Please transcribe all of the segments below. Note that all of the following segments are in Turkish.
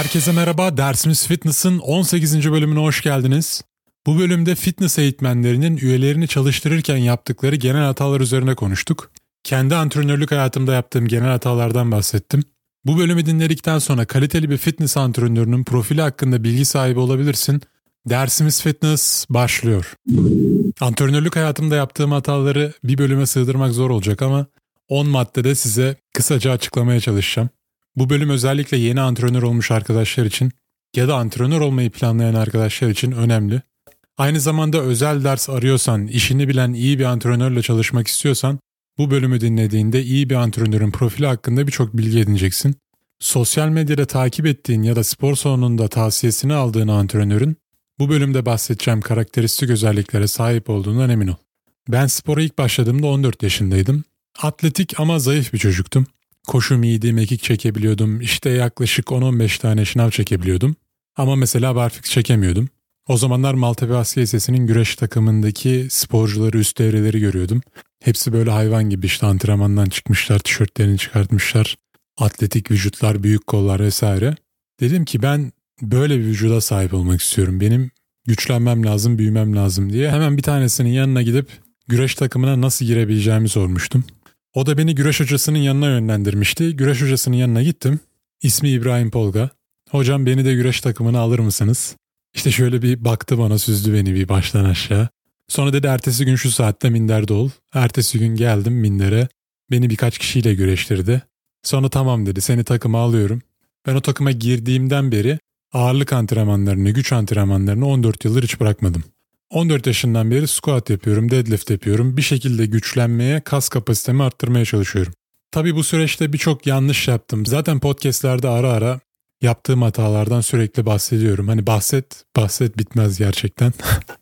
Herkese merhaba, Dersimiz Fitness'ın 18. bölümüne hoş geldiniz. Bu bölümde fitness eğitmenlerinin üyelerini çalıştırırken yaptıkları genel hatalar üzerine konuştuk. Kendi antrenörlük hayatımda yaptığım genel hatalardan bahsettim. Bu bölümü dinledikten sonra kaliteli bir fitness antrenörünün profili hakkında bilgi sahibi olabilirsin. Dersimiz Fitness başlıyor. Antrenörlük hayatımda yaptığım hataları bir bölüme sığdırmak zor olacak ama 10 maddede size kısaca açıklamaya çalışacağım. Bu bölüm özellikle yeni antrenör olmuş arkadaşlar için ya da antrenör olmayı planlayan arkadaşlar için önemli. Aynı zamanda özel ders arıyorsan, işini bilen iyi bir antrenörle çalışmak istiyorsan bu bölümü dinlediğinde iyi bir antrenörün profili hakkında birçok bilgi edineceksin. Sosyal medyada takip ettiğin ya da spor salonunda tavsiyesini aldığın antrenörün bu bölümde bahsedeceğim karakteristik özelliklere sahip olduğundan emin ol. Ben spora ilk başladığımda 14 yaşındaydım. Atletik ama zayıf bir çocuktum. Koşum iyiydi, mekik çekebiliyordum, işte yaklaşık 10-15 tane şınav çekebiliyordum. Ama mesela barfiks çekemiyordum. O zamanlar Maltepe Asker Lisesi'nin güreş takımındaki sporcuları, üst devreleri görüyordum. Hepsi böyle hayvan gibi işte antrenmandan çıkmışlar, tişörtlerini çıkartmışlar. Atletik vücutlar, büyük kollar vesaire. Dedim ki ben böyle bir vücuda sahip olmak istiyorum. Benim güçlenmem lazım, büyümem lazım diye. Hemen bir tanesinin yanına gidip güreş takımına nasıl girebileceğimi sormuştum. O da beni güreş hocasının yanına yönlendirmişti. Güreş hocasının yanına gittim. İsmi İbrahim Polga. Hocam beni de güreş takımına alır mısınız? İşte şöyle bir baktı bana, süzdü beni bir baştan aşağı. Sonra dedi ertesi gün şu saatte minderde ol. Ertesi gün geldim mindere. Beni birkaç kişiyle güreştirdi. Sonra tamam dedi, seni takıma alıyorum. Ben o takıma girdiğimden beri ağırlık antrenmanlarını, güç antrenmanlarını 14 yıldır hiç bırakmadım. 14 yaşından beri squat yapıyorum, deadlift yapıyorum. Bir şekilde güçlenmeye, kas kapasitemi arttırmaya çalışıyorum. Tabii bu süreçte birçok yanlış yaptım. Zaten podcastlerde ara ara yaptığım hatalardan sürekli bahsediyorum. Hani bahset bitmez gerçekten.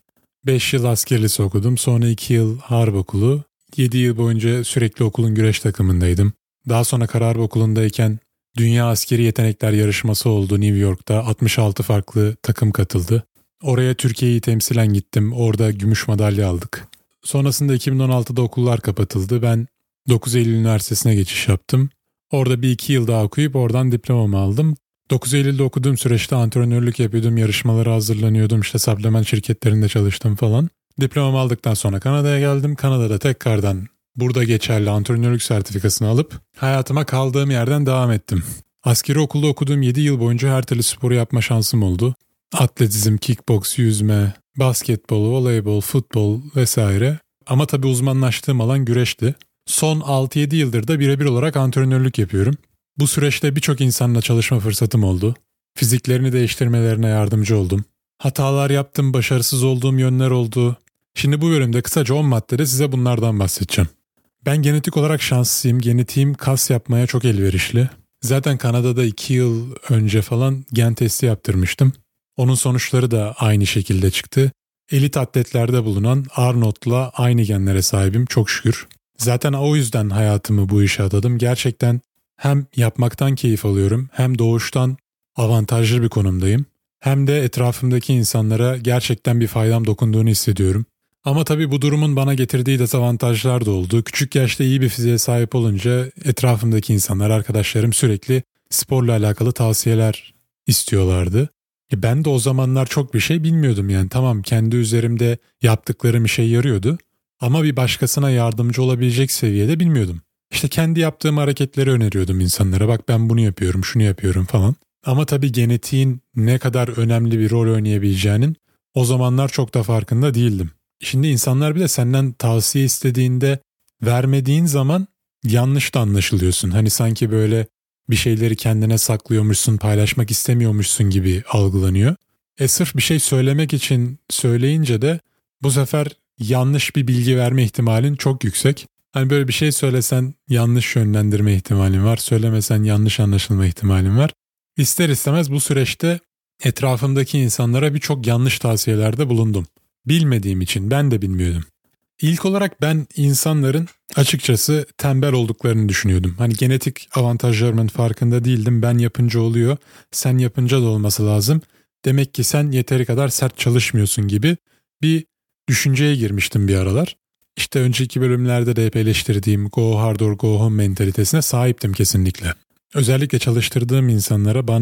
5 yıl asker lisesi okudum. Sonra 2 yıl harp okulu. 7 yıl boyunca sürekli okulun güreş takımındaydım. Daha sonra Kararp Okulu'ndayken Dünya Askeri Yetenekler Yarışması oldu New York'ta. 66 farklı takım katıldı. Oraya Türkiye'yi temsilen gittim. Orada gümüş madalya aldık. Sonrasında 2016'da okullar kapatıldı. Ben 9 Eylül Üniversitesi'ne geçiş yaptım. Orada 1-2 yıl daha okuyup oradan diplomamı aldım. 9 Eylül'de okuduğum süreçte antrenörlük yapıyordum. Yarışmalara hazırlanıyordum. İşte supplement şirketlerinde çalıştım falan. Diplomamı aldıktan sonra Kanada'ya geldim. Kanada'da tekrardan burada geçerli antrenörlük sertifikasını alıp hayatıma kaldığım yerden devam ettim. Askeri okulda okuduğum 7 yıl boyunca her türlü sporu yapma şansım oldu. Atletizm, kickboks, yüzme, basketbol, voleybol, futbol vesaire. Ama tabii uzmanlaştığım alan güreşti. Son 6-7 yıldır da birebir olarak antrenörlük yapıyorum. Bu süreçte birçok insanla çalışma fırsatım oldu. Fiziklerini değiştirmelerine yardımcı oldum. Hatalar yaptım, başarısız olduğum yönler oldu. Şimdi bu bölümde kısaca 10 maddede size bunlardan bahsedeceğim. Ben genetik olarak şanslıyım. Genetiğim kas yapmaya çok elverişli. Zaten Kanada'da 2 yıl önce falan gen testi yaptırmıştım. Onun sonuçları da aynı şekilde çıktı. Elit atletlerde bulunan Arnold'la aynı genlere sahibim çok şükür. Zaten o yüzden hayatımı bu işe adadım. Gerçekten hem yapmaktan keyif alıyorum, hem doğuştan avantajlı bir konumdayım. Hem de etrafımdaki insanlara gerçekten bir faydam dokunduğunu hissediyorum. Ama tabii bu durumun bana getirdiği dezavantajlar da oldu. Küçük yaşta iyi bir fiziğe sahip olunca etrafımdaki insanlar, arkadaşlarım sürekli sporla alakalı tavsiyeler istiyorlardı. Ben de o zamanlar çok bir şey bilmiyordum yani. Tamam, kendi üzerimde yaptıklarım işe yarıyordu ama bir başkasına yardımcı olabilecek seviyede bilmiyordum. İşte kendi yaptığım hareketleri öneriyordum insanlara. Bak ben bunu yapıyorum, şunu yapıyorum falan. Ama tabii genetiğin ne kadar önemli bir rol oynayabileceğinin o zamanlar çok da farkında değildim. Şimdi insanlar bile senden tavsiye istediğinde vermediğin zaman yanlış da anlaşılıyorsun. Hani sanki böyle bir şeyleri kendine saklıyormuşsun, paylaşmak istemiyormuşsun gibi algılanıyor. Sırf bir şey söylemek için söyleyince de bu sefer yanlış bir bilgi verme ihtimalin çok yüksek. Hani böyle bir şey söylesen yanlış yönlendirme ihtimalin var, söylemesen yanlış anlaşılma ihtimalin var. İster istemez bu süreçte etrafımdaki insanlara birçok yanlış tavsiyelerde bulundum. Bilmediğim için, ben de bilmiyordum. İlk olarak ben insanların açıkçası tembel olduklarını düşünüyordum. Hani genetik avantajlarımın farkında değildim. Ben yapınca oluyor, sen yapınca da olması lazım. Demek ki sen yeteri kadar sert çalışmıyorsun gibi bir düşünceye girmiştim bir aralar. İşte önceki bölümlerde de hep eleştirdiğim go hard or go home mentalitesine sahiptim kesinlikle. Özellikle çalıştırdığım insanlara bana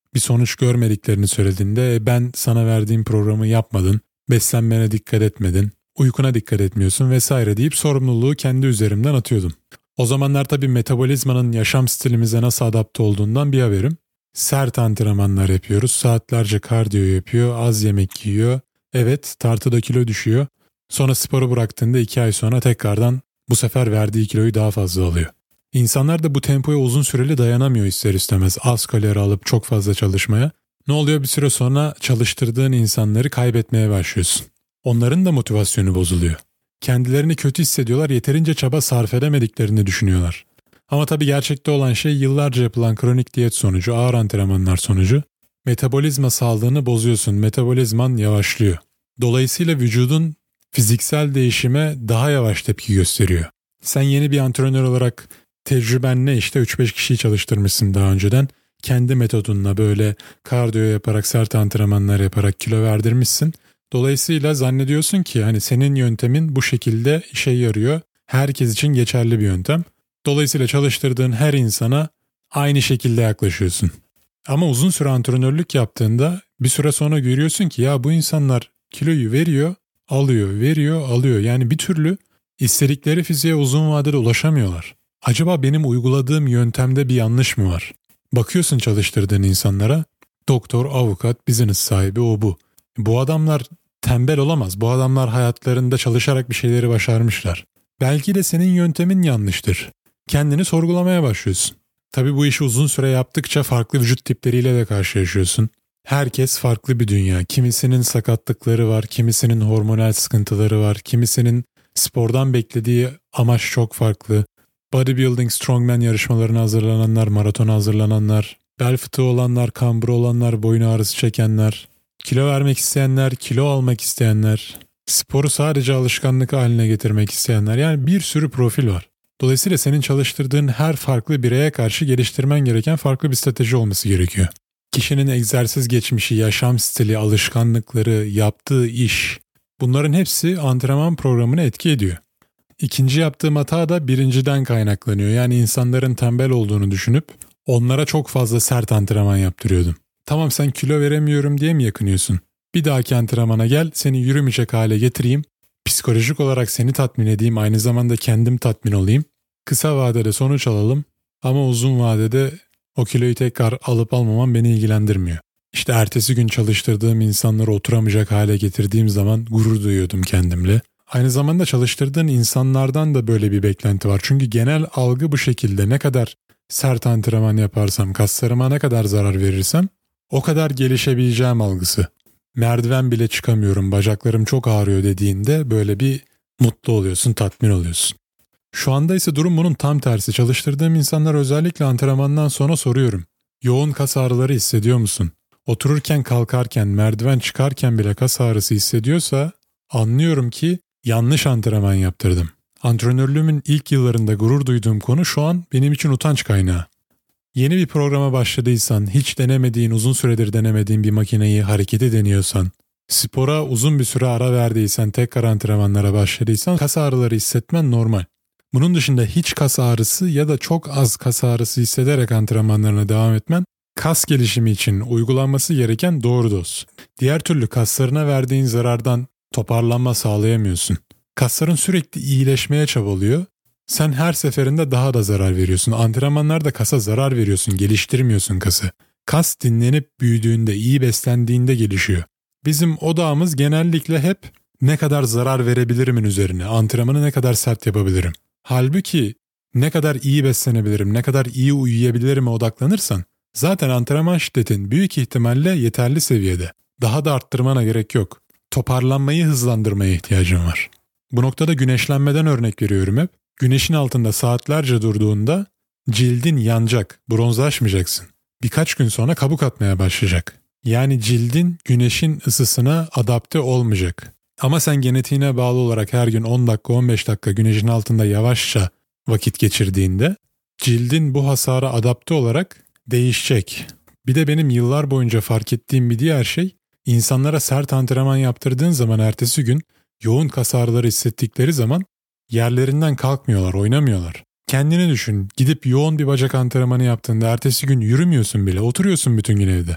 bir sonuç görmediklerini söylediğinde ben sana verdiğim programı yapmadın, beslenmene dikkat etmedin, uykuna dikkat etmiyorsun vesaire deyip sorumluluğu kendi üzerimden atıyordum. O zamanlar tabii metabolizmanın yaşam stilimize nasıl adapte olduğundan bir haberim. Sert antrenmanlar yapıyoruz, saatlerce kardiyo yapıyor, az yemek yiyor. Evet, tartıda kilo düşüyor. Sonra sporu bıraktığında 2 ay sonra tekrardan bu sefer verdiği kiloyu daha fazla alıyor. İnsanlar da bu tempoya uzun süreli dayanamıyor ister istemez. Az kalori alıp çok fazla çalışmaya. Ne oluyor, bir süre sonra çalıştırdığın insanları kaybetmeye başlıyorsun. Onların da motivasyonu bozuluyor. Kendilerini kötü hissediyorlar, yeterince çaba sarf edemediklerini düşünüyorlar. Ama tabii gerçekte olan şey yıllarca yapılan kronik diyet sonucu, ağır antrenmanlar sonucu metabolizma sağlığını bozuyorsun, metabolizman yavaşlıyor. Dolayısıyla vücudun fiziksel değişime daha yavaş tepki gösteriyor. Sen yeni bir antrenör olarak tecrübenle işte 3-5 kişiyi çalıştırmışsın daha önceden. Kendi metodunla böyle kardiyo yaparak, sert antrenmanlar yaparak kilo verdirmişsin. Dolayısıyla zannediyorsun ki hani senin yöntemin bu şekilde işe yarıyor. Herkes için geçerli bir yöntem. Dolayısıyla çalıştırdığın her insana aynı şekilde yaklaşıyorsun. Ama uzun süre antrenörlük yaptığında bir süre sonra görüyorsun ki ya bu insanlar kiloyu veriyor, alıyor, veriyor, alıyor. Yani bir türlü istedikleri fiziğe uzun vadede ulaşamıyorlar. Acaba benim uyguladığım yöntemde bir yanlış mı var? Bakıyorsun çalıştırdığın insanlara, doktor, avukat, business sahibi, o bu. Bu adamlar tembel olamaz. Bu adamlar hayatlarında çalışarak bir şeyleri başarmışlar. Belki de senin yöntemin yanlıştır. Kendini sorgulamaya başlıyorsun. Tabii bu işi uzun süre yaptıkça farklı vücut tipleriyle de karşılaşıyorsun. Herkes farklı bir dünya. Kimisinin sakatlıkları var, kimisinin hormonal sıkıntıları var, kimisinin spordan beklediği amaç çok farklı. Bodybuilding, strongman yarışmalarına hazırlananlar, maratona hazırlananlar, bel fıtığı olanlar, kamburu olanlar, boyun ağrısı çekenler, kilo vermek isteyenler, kilo almak isteyenler, sporu sadece alışkanlık haline getirmek isteyenler, yani bir sürü profil var. Dolayısıyla senin çalıştırdığın her farklı bireye karşı geliştirmen gereken farklı bir strateji olması gerekiyor. Kişinin egzersiz geçmişi, yaşam stili, alışkanlıkları, yaptığı iş, bunların hepsi antrenman programına etki ediyor. İkinci yaptığım hata da birinciden kaynaklanıyor. Yani insanların tembel olduğunu düşünüp onlara çok fazla sert antrenman yaptırıyordum. Tamam, sen kilo veremiyorum diye mi yakınıyorsun? Bir dahaki antrenmana gel, seni yürümeyecek hale getireyim. Psikolojik olarak seni tatmin edeyim, aynı zamanda kendim tatmin olayım. Kısa vadede sonuç alalım ama uzun vadede o kiloyu tekrar alıp almamam beni ilgilendirmiyor. İşte ertesi gün çalıştırdığım insanları oturamayacak hale getirdiğim zaman gurur duyuyordum kendimle. Aynı zamanda çalıştırdığın insanlardan da böyle bir beklenti var. Çünkü genel algı bu şekilde: ne kadar sert antrenman yaparsam, kaslarıma ne kadar zarar verirsem o kadar gelişebileceğim algısı. Merdiven bile çıkamıyorum, bacaklarım çok ağrıyor dediğinde böyle bir mutlu oluyorsun, tatmin oluyorsun. Şu anda ise durum bunun tam tersi. Çalıştırdığım insanlar özellikle antrenmandan sonra soruyorum. Yoğun kas ağrıları hissediyor musun? Otururken, kalkarken, merdiven çıkarken bile kas ağrısı hissediyorsa anlıyorum ki yanlış antrenman yaptırdım. Antrenörlüğümün ilk yıllarında gurur duyduğum konu şu an benim için utanç kaynağı. Yeni bir programa başladıysan, hiç denemediğin, uzun süredir denemediğin bir makineyi, hareketi deniyorsan, spora uzun bir süre ara verdiysen, tekrar antrenmanlara başladıysan kas ağrıları hissetmen normal. Bunun dışında hiç kas ağrısı ya da çok az kas ağrısı hissederek antrenmanlarına devam etmen, kas gelişimi için uygulanması gereken doğru doz. Diğer türlü kaslarına verdiğin zarardan toparlanma sağlayamıyorsun. Kasların sürekli iyileşmeye çabalıyor. Sen her seferinde daha da zarar veriyorsun. Antrenmanlarda kasa zarar veriyorsun, geliştirmiyorsun kası. Kas dinlenip büyüdüğünde, iyi beslendiğinde gelişiyor. Bizim odağımız genellikle hep ne kadar zarar verebilirimin üzerine, antrenmanı ne kadar sert yapabilirim. Halbuki ne kadar iyi beslenebilirim, ne kadar iyi uyuyabilirim'e odaklanırsan zaten antrenman şiddetin büyük ihtimalle yeterli seviyede. Daha da arttırmana gerek yok. Toparlanmayı hızlandırmaya ihtiyacın var. Bu noktada güneşlenmeden örnek veriyorum hep. Güneşin altında saatlerce durduğunda cildin yanacak, bronzlaşmayacaksın. Birkaç gün sonra kabuk atmaya başlayacak. Yani cildin güneşin ısısına adapte olmayacak. Ama sen genetiğine bağlı olarak her gün 10 dakika 15 dakika güneşin altında yavaşça vakit geçirdiğinde cildin bu hasara adapte olarak değişecek. Bir de benim yıllar boyunca fark ettiğim bir diğer şey, insanlara sert antrenman yaptırdığın zaman ertesi gün yoğun kas ağrıları hissettikleri zaman yerlerinden kalkmıyorlar, oynamıyorlar. Kendini düşün, gidip yoğun bir bacak antrenmanı yaptığında ertesi gün yürümüyorsun bile, oturuyorsun bütün gün evde.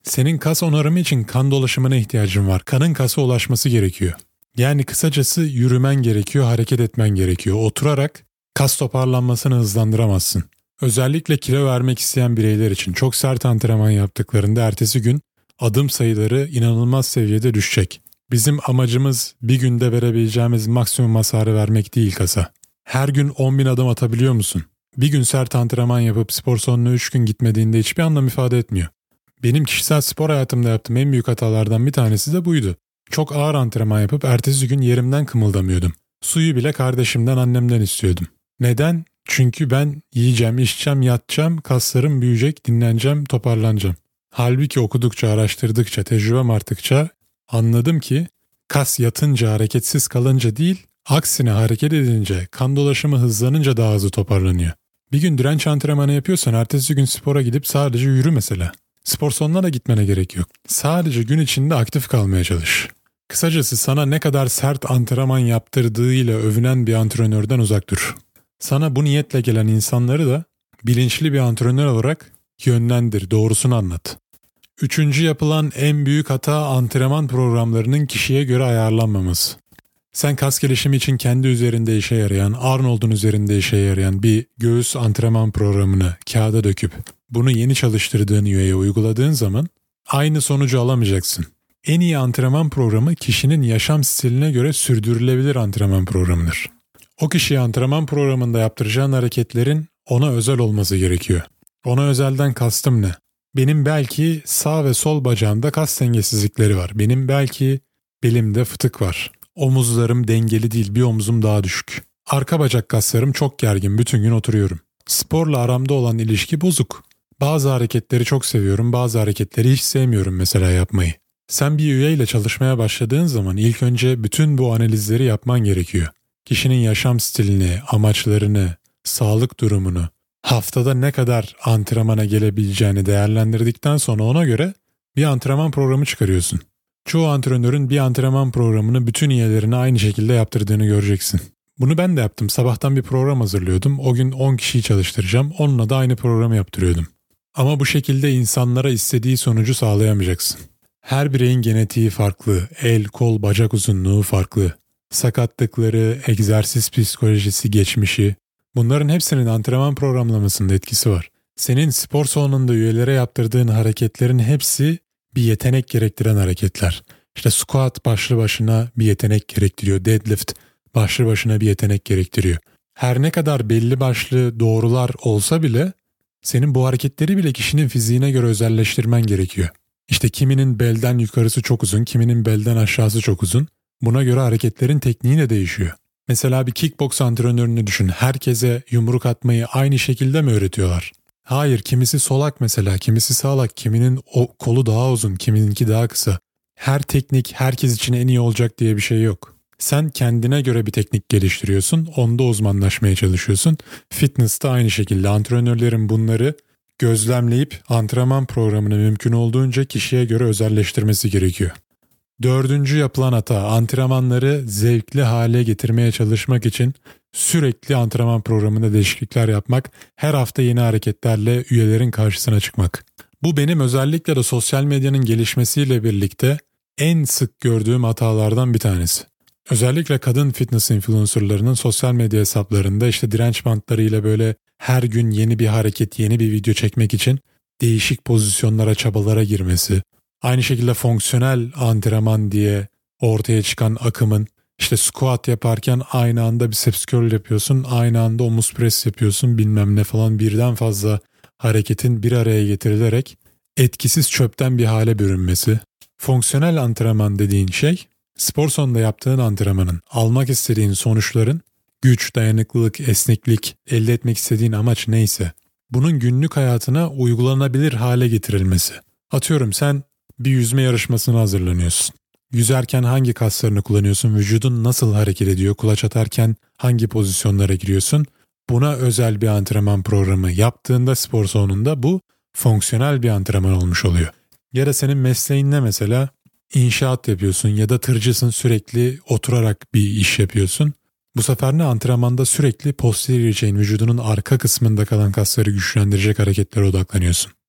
Senin kas onarımı için kan dolaşımına ihtiyacın var. Kanın kasa ulaşması gerekiyor. Yani kısacası yürümen gerekiyor, hareket etmen gerekiyor. Oturarak kas toparlanmasını hızlandıramazsın. Özellikle kilo vermek isteyen bireyler için çok sert antrenman yaptıklarında ertesi gün adım sayıları inanılmaz seviyede düşecek. Bizim amacımız bir günde verebileceğimiz maksimum hasarı vermek değil kasa. Her gün 10.000 adım atabiliyor musun? Bir gün sert antrenman yapıp spor salonuna 3 gün gitmediğinde hiçbir anlam ifade etmiyor. Benim kişisel spor hayatımda yaptığım en büyük hatalardan bir tanesi de buydu. Çok ağır antrenman yapıp ertesi gün yerimden kımıldamıyordum. Suyu bile kardeşimden, annemden istiyordum. Neden? Çünkü ben yiyeceğim, içeceğim, yatacağım, kaslarım büyüyecek, dinleneceğim, toparlanacağım. Halbuki okudukça, araştırdıkça, tecrübem arttıkça anladım ki kas yatınca, hareketsiz kalınca değil, aksine hareket edince, kan dolaşımı hızlanınca daha hızlı toparlanıyor. Bir gün direnç antrenmanı yapıyorsan ertesi gün spora gidip sadece yürü mesela. Spor salonuna da gitmene gerek yok. Sadece gün içinde aktif kalmaya çalış. Kısacası sana ne kadar sert antrenman yaptırdığıyla övünen bir antrenörden uzak dur. Sana bu niyetle gelen insanları da bilinçli bir antrenör olarak yönlendir, doğrusunu anlat. Üçüncü yapılan en büyük hata antrenman programlarının kişiye göre ayarlanmaması. Sen kas gelişimi için kendi üzerinde işe yarayan, Arnold'un üzerinde işe yarayan bir göğüs antrenman programını kağıda döküp bunu yeni çalıştırdığın üyeye uyguladığın zaman aynı sonucu alamayacaksın. En iyi antrenman programı kişinin yaşam stiline göre sürdürülebilir antrenman programıdır. O kişiye antrenman programında yaptıracağın hareketlerin ona özel olması gerekiyor. Ona özelden kastım ne? Benim belki sağ ve sol bacağımda kas dengesizlikleri var. Benim belki belimde fıtık var. Omuzlarım dengeli değil, bir omzum daha düşük. Arka bacak kaslarım çok gergin, bütün gün oturuyorum. Sporla aramda olan ilişki bozuk. Bazı hareketleri çok seviyorum, bazı hareketleri hiç sevmiyorum mesela yapmayı. Sen bir üyeyle çalışmaya başladığın zaman ilk önce bütün bu analizleri yapman gerekiyor. Kişinin yaşam stilini, amaçlarını, sağlık durumunu, haftada ne kadar antrenmana gelebileceğini değerlendirdikten sonra ona göre bir antrenman programı çıkarıyorsun. Çoğu antrenörün bir antrenman programını bütün üyelerine aynı şekilde yaptırdığını göreceksin. Bunu ben de yaptım. Sabahtan bir program hazırlıyordum. O gün 10 kişiyi çalıştıracağım. Onunla da aynı programı yaptırıyordum. Ama bu şekilde insanlara istediği sonucu sağlayamayacaksın. Her bireyin genetiği farklı. El, kol, bacak uzunluğu farklı. Sakatlıkları, egzersiz psikolojisi, geçmişi. Bunların hepsinin antrenman programlamasında etkisi var. Senin spor salonunda üyelere yaptırdığın hareketlerin hepsi bir yetenek gerektiren hareketler. İşte squat başlı başına bir yetenek gerektiriyor. Deadlift başlı başına bir yetenek gerektiriyor. Her ne kadar belli başlı doğrular olsa bile senin bu hareketleri bile kişinin fiziğine göre özelleştirmen gerekiyor. İşte kiminin belden yukarısı çok uzun, kiminin belden aşağısı çok uzun. Buna göre hareketlerin tekniği de değişiyor. Mesela bir kickbox antrenörünü düşün. Herkese yumruk atmayı aynı şekilde mi öğretiyorlar? Hayır, kimisi solak mesela, kimisi sağlak, kiminin o kolu daha uzun, kimininki daha kısa. Her teknik herkes için en iyi olacak diye bir şey yok. Sen kendine göre bir teknik geliştiriyorsun, onda uzmanlaşmaya çalışıyorsun. Fitness'ta aynı şekilde antrenörlerin bunları gözlemleyip antrenman programını mümkün olduğunca kişiye göre özelleştirmesi gerekiyor. Dördüncü yapılan hata, antrenmanları zevkli hale getirmeye çalışmak için sürekli antrenman programında değişiklikler yapmak, her hafta yeni hareketlerle üyelerin karşısına çıkmak. Bu benim özellikle de sosyal medyanın gelişmesiyle birlikte en sık gördüğüm hatalardan bir tanesi. Özellikle kadın fitness influencerlarının sosyal medya hesaplarında işte direnç bantlarıyla böyle her gün yeni bir hareket, yeni bir video çekmek için değişik pozisyonlara, çabalara girmesi. Aynı şekilde fonksiyonel antrenman diye ortaya çıkan akımın işte squat yaparken aynı anda biceps curl yapıyorsun, aynı anda omuz pres yapıyorsun bilmem ne falan birden fazla hareketin bir araya getirilerek etkisiz çöpten bir hale bürünmesi. Fonksiyonel antrenman dediğin şey spor sonunda yaptığın antrenmanın, almak istediğin sonuçların güç, dayanıklılık, esneklik, elde etmek istediğin amaç neyse bunun günlük hayatına uygulanabilir hale getirilmesi. Atıyorum sen bir yüzme yarışmasına hazırlanıyorsun. Yüzerken hangi kaslarını kullanıyorsun, vücudun nasıl hareket ediyor, kulaç atarken hangi pozisyonlara giriyorsun? Buna özel bir antrenman programı yaptığında spor salonunda bu fonksiyonel bir antrenman olmuş oluyor. Ya da senin mesleğin ne mesela? İnşaat yapıyorsun ya da tırcısın, sürekli oturarak bir iş yapıyorsun. Bu sefer ne, antrenmanda sürekli posterior chain, vücudunun arka kısmında kalan kasları güçlendirecek hareketlere odaklanıyorsun.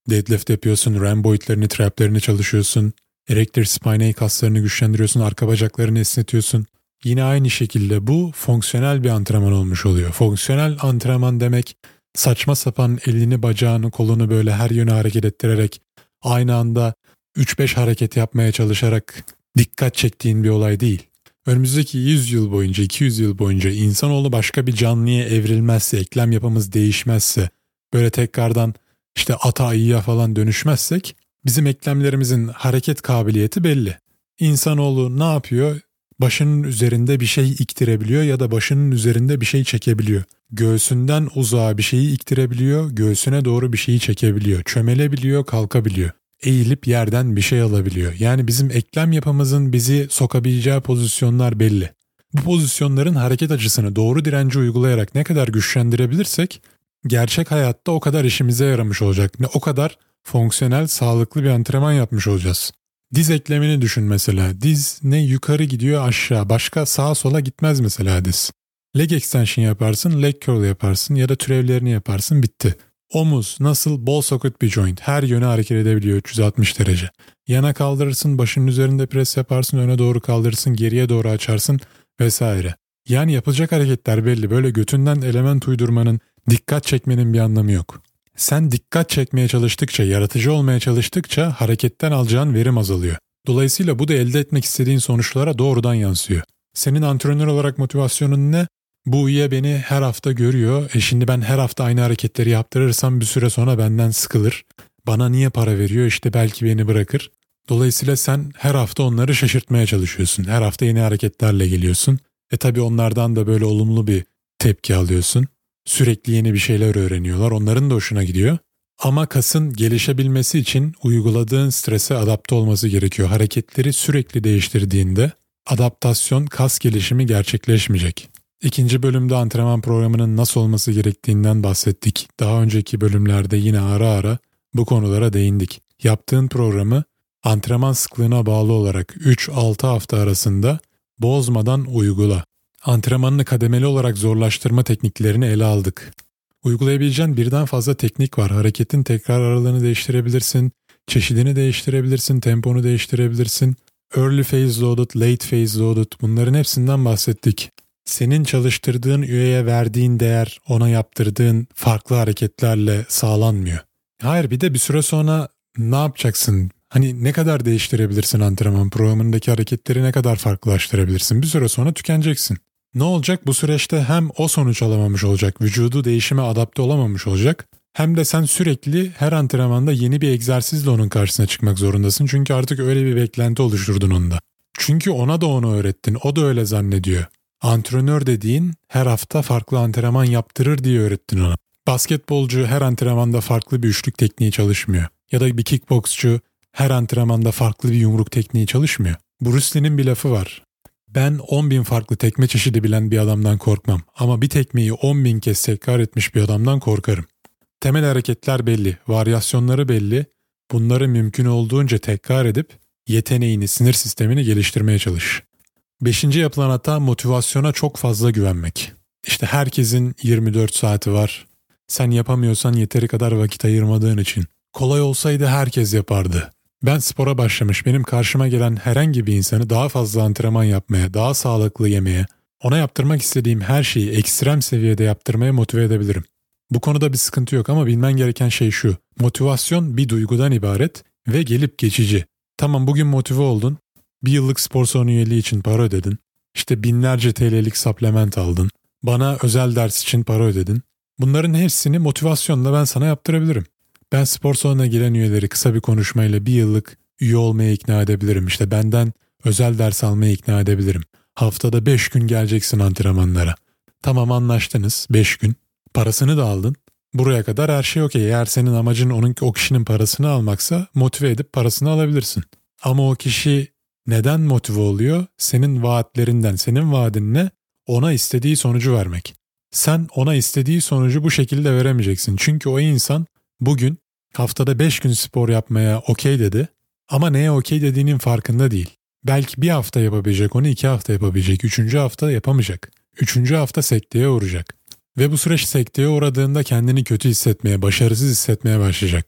Deadlift yapıyorsun, rhomboidlerini, traplerini çalışıyorsun. Erector spinae kaslarını güçlendiriyorsun, arka bacaklarını esnetiyorsun. Yine aynı şekilde bu fonksiyonel bir antrenman olmuş oluyor. Fonksiyonel antrenman demek saçma sapan elini, bacağını, kolunu böyle her yöne hareket ettirerek aynı anda 3-5 hareket yapmaya çalışarak dikkat çektiğin bir olay değil. Önümüzdeki 100 yıl boyunca, 200 yıl boyunca insanoğlu başka bir canlıya evrilmezse, eklem yapımız değişmezse, böyle tekrardan işte ata ayıya falan dönüşmezsek bizim eklemlerimizin hareket kabiliyeti belli. İnsanoğlu ne yapıyor? Başının üzerinde bir şey iktirebiliyor ya da başının üzerinde bir şey çekebiliyor. Göğsünden uzağa bir şeyi iktirebiliyor, göğsüne doğru bir şeyi çekebiliyor. Çömelebiliyor, kalkabiliyor. Eğilip yerden bir şey alabiliyor. Yani bizim eklem yapımızın bizi sokabileceği pozisyonlar belli. Bu pozisyonların hareket açısını doğru direnci uygulayarak ne kadar güçlendirebilirsek gerçek hayatta o kadar işimize yaramış olacak. O kadar fonksiyonel, sağlıklı bir antrenman yapmış olacağız. Diz eklemini düşün mesela. Diz ne yukarı gidiyor aşağı. Başka sağa sola gitmez mesela diz. Leg extension yaparsın, leg curl yaparsın ya da türevlerini yaparsın, bitti. Omuz nasıl? Ball socket bir joint. Her yöne hareket edebiliyor 360 derece. Yana kaldırırsın, başının üzerinde pres yaparsın, öne doğru kaldırırsın, geriye doğru açarsın vesaire. Yani yapılacak hareketler belli. Böyle götünden element uydurmanın, dikkat çekmenin bir anlamı yok. Sen dikkat çekmeye çalıştıkça, yaratıcı olmaya çalıştıkça hareketten alacağın verim azalıyor. Dolayısıyla bu da elde etmek istediğin sonuçlara doğrudan yansıyor. Senin antrenör olarak motivasyonun ne? Bu üye beni her hafta görüyor. Şimdi ben her hafta aynı hareketleri yaptırırsam bir süre sonra benden sıkılır. Bana niye para veriyor? İşte belki beni bırakır. Dolayısıyla sen her hafta onları şaşırtmaya çalışıyorsun. Her hafta yeni hareketlerle geliyorsun. Tabii onlardan da böyle olumlu bir tepki alıyorsun. Sürekli yeni bir şeyler öğreniyorlar. Onların da hoşuna gidiyor. Ama kasın gelişebilmesi için uyguladığın strese adapte olması gerekiyor. Hareketleri sürekli değiştirdiğinde adaptasyon, kas gelişimi gerçekleşmeyecek. İkinci bölümde antrenman programının nasıl olması gerektiğinden bahsettik. Daha önceki bölümlerde yine ara ara bu konulara değindik. Yaptığın programı antrenman sıklığına bağlı olarak 3-6 hafta arasında bozmadan uygula. Antrenmanını kademeli olarak zorlaştırma tekniklerini ele aldık. Uygulayabileceğin birden fazla teknik var. Hareketin tekrar aralığını değiştirebilirsin, çeşidini değiştirebilirsin, temponu değiştirebilirsin. Early phase loaded, late phase loaded, bunların hepsinden bahsettik. Senin çalıştırdığın üyeye verdiğin değer ona yaptırdığın farklı hareketlerle sağlanmıyor. Hayır, bir de bir süre sonra ne yapacaksın? Hani ne kadar değiştirebilirsin antrenman programındaki hareketleri, ne kadar farklılaştırabilirsin? Bir süre sonra tükeneceksin. Ne olacak? Bu süreçte hem o sonuç alamamış olacak, vücudu değişime adapte olamamış olacak, hem de sen sürekli her antrenmanda yeni bir egzersizle onun karşısına çıkmak zorundasın. Çünkü artık öyle bir beklenti oluşturdun onda. Çünkü ona da onu öğrettin, o da öyle zannediyor. Antrenör dediğin her hafta farklı antrenman yaptırır diye öğrettin ona. Basketbolcu her antrenmanda farklı bir üçlük tekniği çalışmıyor. Ya da bir kickboksçu her antrenmanda farklı bir yumruk tekniği çalışmıyor. Bruce Lee'nin bir lafı var. Ben 10.000 farklı tekme çeşidi bilen bir adamdan korkmam. Ama bir tekmeyi 10.000 kez tekrar etmiş bir adamdan korkarım. Temel hareketler belli, varyasyonları belli. Bunları mümkün olduğunca tekrar edip yeteneğini, sinir sistemini geliştirmeye çalış. 5. yapılan hata motivasyona çok fazla güvenmek. İşte herkesin 24 saati var. Sen yapamıyorsan yeteri kadar vakit ayırmadığın için. Kolay olsaydı herkes yapardı. Ben spora başlamış, benim karşıma gelen herhangi bir insanı daha fazla antrenman yapmaya, daha sağlıklı yemeye, ona yaptırmak istediğim her şeyi ekstrem seviyede yaptırmaya motive edebilirim. Bu konuda bir sıkıntı yok ama bilmen gereken şey şu. Motivasyon bir duygudan ibaret ve gelip geçici. Tamam, bugün motive oldun. Bir yıllık spor salonu üyeliği için para ödedin. İşte binlerce TL'lik supplement aldın. Bana özel ders için para ödedin. Bunların hepsini motivasyonla ben sana yaptırabilirim. Ben spor salonuna giren üyeleri kısa bir konuşmayla bir yıllık üye olmaya ikna edebilirim. İşte benden özel ders almaya ikna edebilirim. Haftada 5 gün geleceksin antrenmanlara. Tamam, anlaştınız, 5 gün. Parasını da aldın. Buraya kadar her şey okey. Eğer senin amacın o kişinin parasını almaksa motive edip parasını alabilirsin. Ama o kişi neden motive oluyor? Senin vaatlerinden, senin vaadin ne? Ona istediği sonucu vermek. Sen ona istediği sonucu bu şekilde veremeyeceksin. Çünkü o insan bugün haftada 5 gün spor yapmaya okey dedi ama neye okey dediğinin farkında değil. Belki bir hafta yapabilecek, onu 2 hafta yapabilecek, 3. hafta yapamayacak. 3. hafta sekteye uğrayacak. Ve bu süreç sekteye uğradığında kendini kötü hissetmeye, başarısız hissetmeye başlayacak.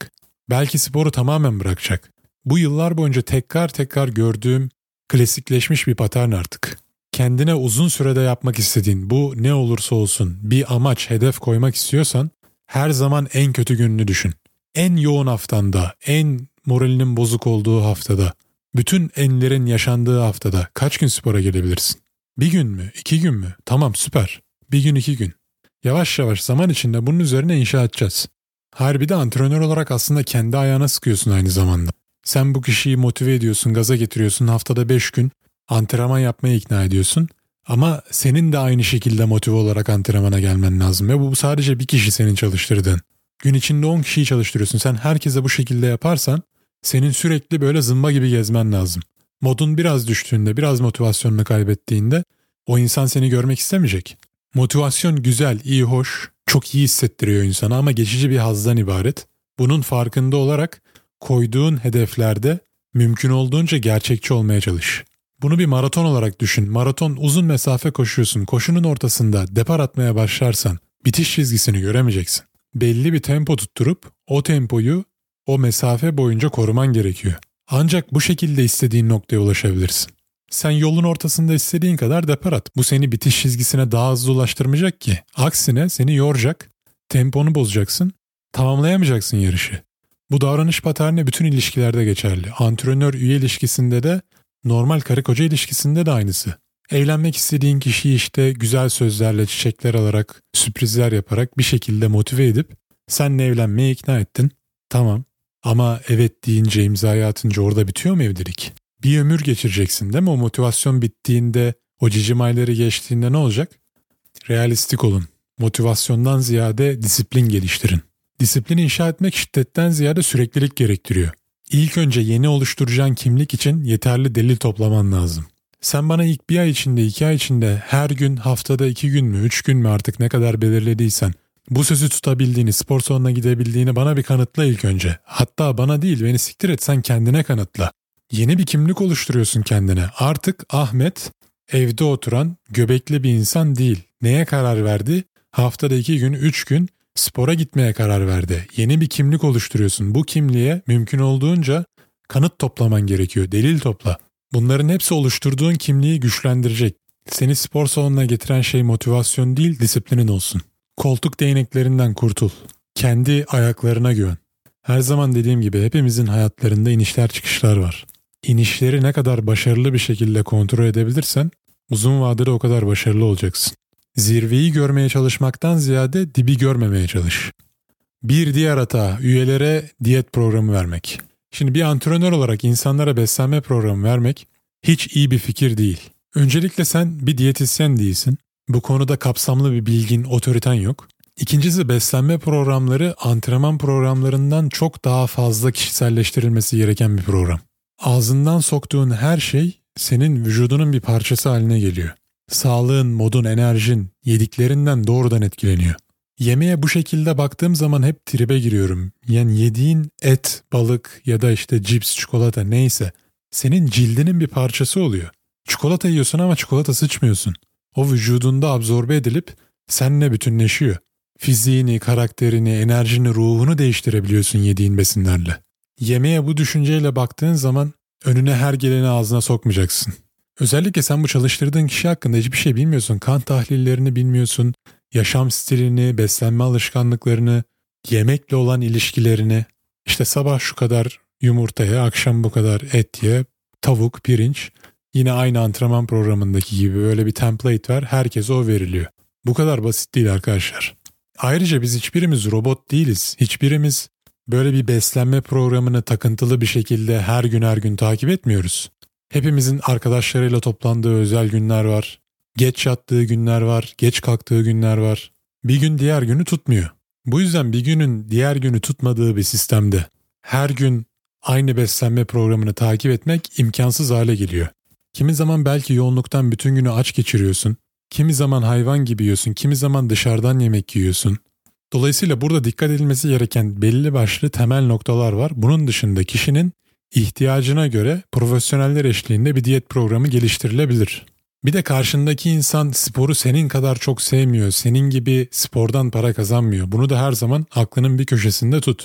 Belki sporu tamamen bırakacak. Bu yıllar boyunca tekrar tekrar gördüğüm klasikleşmiş bir patern artık. Kendine uzun sürede yapmak istediğin, bu ne olursa olsun, bir amaç, hedef koymak istiyorsan her zaman en kötü gününü düşün. En yoğun haftanda, en moralinin bozuk olduğu haftada, bütün enlerin yaşandığı haftada kaç gün spora gelebilirsin? Bir gün mü? 2 gün mü? Tamam, süper. Bir gün 2 gün. Yavaş yavaş zaman içinde bunun üzerine inşa edeceğiz. Harbi de antrenör olarak aslında kendi ayağına sıkıyorsun aynı zamanda. Sen bu kişiyi motive ediyorsun, gaza getiriyorsun, haftada 5 gün antrenman yapmaya ikna ediyorsun. Ama senin de aynı şekilde motive olarak antrenmana gelmen lazım. Ve bu sadece bir kişi senin çalıştırdığın. Gün içinde 10 kişiyi çalıştırıyorsun. Sen herkese bu şekilde yaparsan senin sürekli böyle zımba gibi gezmen lazım. Modun biraz düştüğünde, biraz motivasyonunu kaybettiğinde o insan seni görmek istemeyecek. Motivasyon güzel, iyi, hoş, çok iyi hissettiriyor insana ama geçici bir hazdan ibaret. Bunun farkında olarak koyduğun hedeflerde mümkün olduğunca gerçekçi olmaya çalış. Bunu bir maraton olarak düşün. Maraton, uzun mesafe koşuyorsun. Koşunun ortasında depar atmaya başlarsan bitiş çizgisini göremeyeceksin. Belli bir tempo tutturup o tempoyu o mesafe boyunca koruman gerekiyor. Ancak bu şekilde istediğin noktaya ulaşabilirsin. Sen yolun ortasında istediğin kadar depar at. Bu seni bitiş çizgisine daha hızlı ulaştırmayacak ki. Aksine seni yoracak, temponu bozacaksın, tamamlayamayacaksın yarışı. Bu davranış paterni bütün ilişkilerde geçerli. Antrenör-üye ilişkisinde de, normal karı koca ilişkisinde de aynısı. Evlenmek istediğin kişiyi işte güzel sözlerle, çiçekler alarak, sürprizler yaparak bir şekilde motive edip seninle evlenmeye ikna ettin. Tamam. Ama evet deyince, imzayı atınca orada bitiyor mu evlilik? Bir ömür geçireceksin değil mi? O motivasyon bittiğinde, o cicimayları geçtiğinde ne olacak? Realistik olun. Motivasyondan ziyade disiplin geliştirin. Disiplin inşa etmek şiddetten ziyade süreklilik gerektiriyor. İlk önce yeni oluşturacağın kimlik için yeterli delil toplaman lazım. Sen bana ilk 1 ay içinde, 2 ay içinde, her gün, haftada 2 gün mü, 3 gün mü artık ne kadar belirlediysen, bu sözü tutabildiğini, spor salonuna gidebildiğini bana bir kanıtla ilk önce. Hatta bana değil, beni siktir et, sen kendine kanıtla. Yeni bir kimlik oluşturuyorsun kendine. Artık Ahmet evde oturan göbekli bir insan değil. Neye karar verdi? Haftada 2 gün, 3 gün spora gitmeye karar verdi. Yeni bir kimlik oluşturuyorsun. Bu kimliğe mümkün olduğunca kanıt toplaman gerekiyor. Delil topla. Bunların hepsi oluşturduğun kimliği güçlendirecek. Seni spor salonuna getiren şey motivasyon değil, disiplinin olsun. Koltuk değneklerinden kurtul. Kendi ayaklarına güven. Her zaman dediğim gibi hepimizin hayatlarında inişler çıkışlar var. İnişleri ne kadar başarılı bir şekilde kontrol edebilirsen uzun vadede o kadar başarılı olacaksın. Zirveyi görmeye çalışmaktan ziyade dibi görmemeye çalış. Bir diğer hata, üyelere diyet programı vermek. Şimdi bir antrenör olarak insanlara beslenme programı vermek hiç iyi bir fikir değil. Öncelikle sen bir diyetisyen değilsin. Bu konuda kapsamlı bir bilgin, otoriten yok. İkincisi, beslenme programları antrenman programlarından çok daha fazla kişiselleştirilmesi gereken bir program. Ağzından soktuğun her şey senin vücudunun bir parçası haline geliyor. Sağlığın, modun, enerjin, yediklerinden doğrudan etkileniyor. Yemeğe bu şekilde baktığım zaman hep tribe giriyorum. Yani yediğin et, balık ya da işte cips, çikolata neyse senin cildinin bir parçası oluyor. Çikolata yiyorsun ama çikolata sıçmıyorsun. O vücudunda absorbe edilip seninle bütünleşiyor. Fiziğini, karakterini, enerjini, ruhunu değiştirebiliyorsun yediğin besinlerle. Yemeğe bu düşünceyle baktığın zaman önüne her geleni ağzına sokmayacaksın. Özellikle sen bu çalıştırdığın kişi hakkında hiçbir şey bilmiyorsun. Kan tahlillerini bilmiyorsun. Yaşam stilini, beslenme alışkanlıklarını, yemekle olan ilişkilerini. İşte sabah şu kadar yumurtaya, akşam bu kadar et ye, tavuk, pirinç. Yine aynı antrenman programındaki gibi öyle bir template var. Herkese o veriliyor. Bu kadar basit değil arkadaşlar. Ayrıca biz hiçbirimiz robot değiliz. Hiçbirimiz böyle bir beslenme programını takıntılı bir şekilde her gün takip etmiyoruz. Hepimizin arkadaşlarıyla toplandığı özel günler var. Geç yattığı günler var, geç kalktığı günler var. Bir gün diğer günü tutmuyor. Bu yüzden bir günün diğer günü tutmadığı bir sistemde her gün aynı beslenme programını takip etmek imkansız hale geliyor. Kimi zaman belki yoğunluktan bütün günü aç geçiriyorsun. Kimi zaman hayvan gibi yiyorsun, kimi zaman dışarıdan yemek yiyorsun. Dolayısıyla burada dikkat edilmesi gereken belli başlı temel noktalar var. Bunun dışında kişinin ihtiyacına göre profesyoneller eşliğinde bir diyet programı geliştirilebilir. Bir de karşındaki insan sporu senin kadar çok sevmiyor, senin gibi spordan para kazanmıyor. Bunu da her zaman aklının bir köşesinde tut.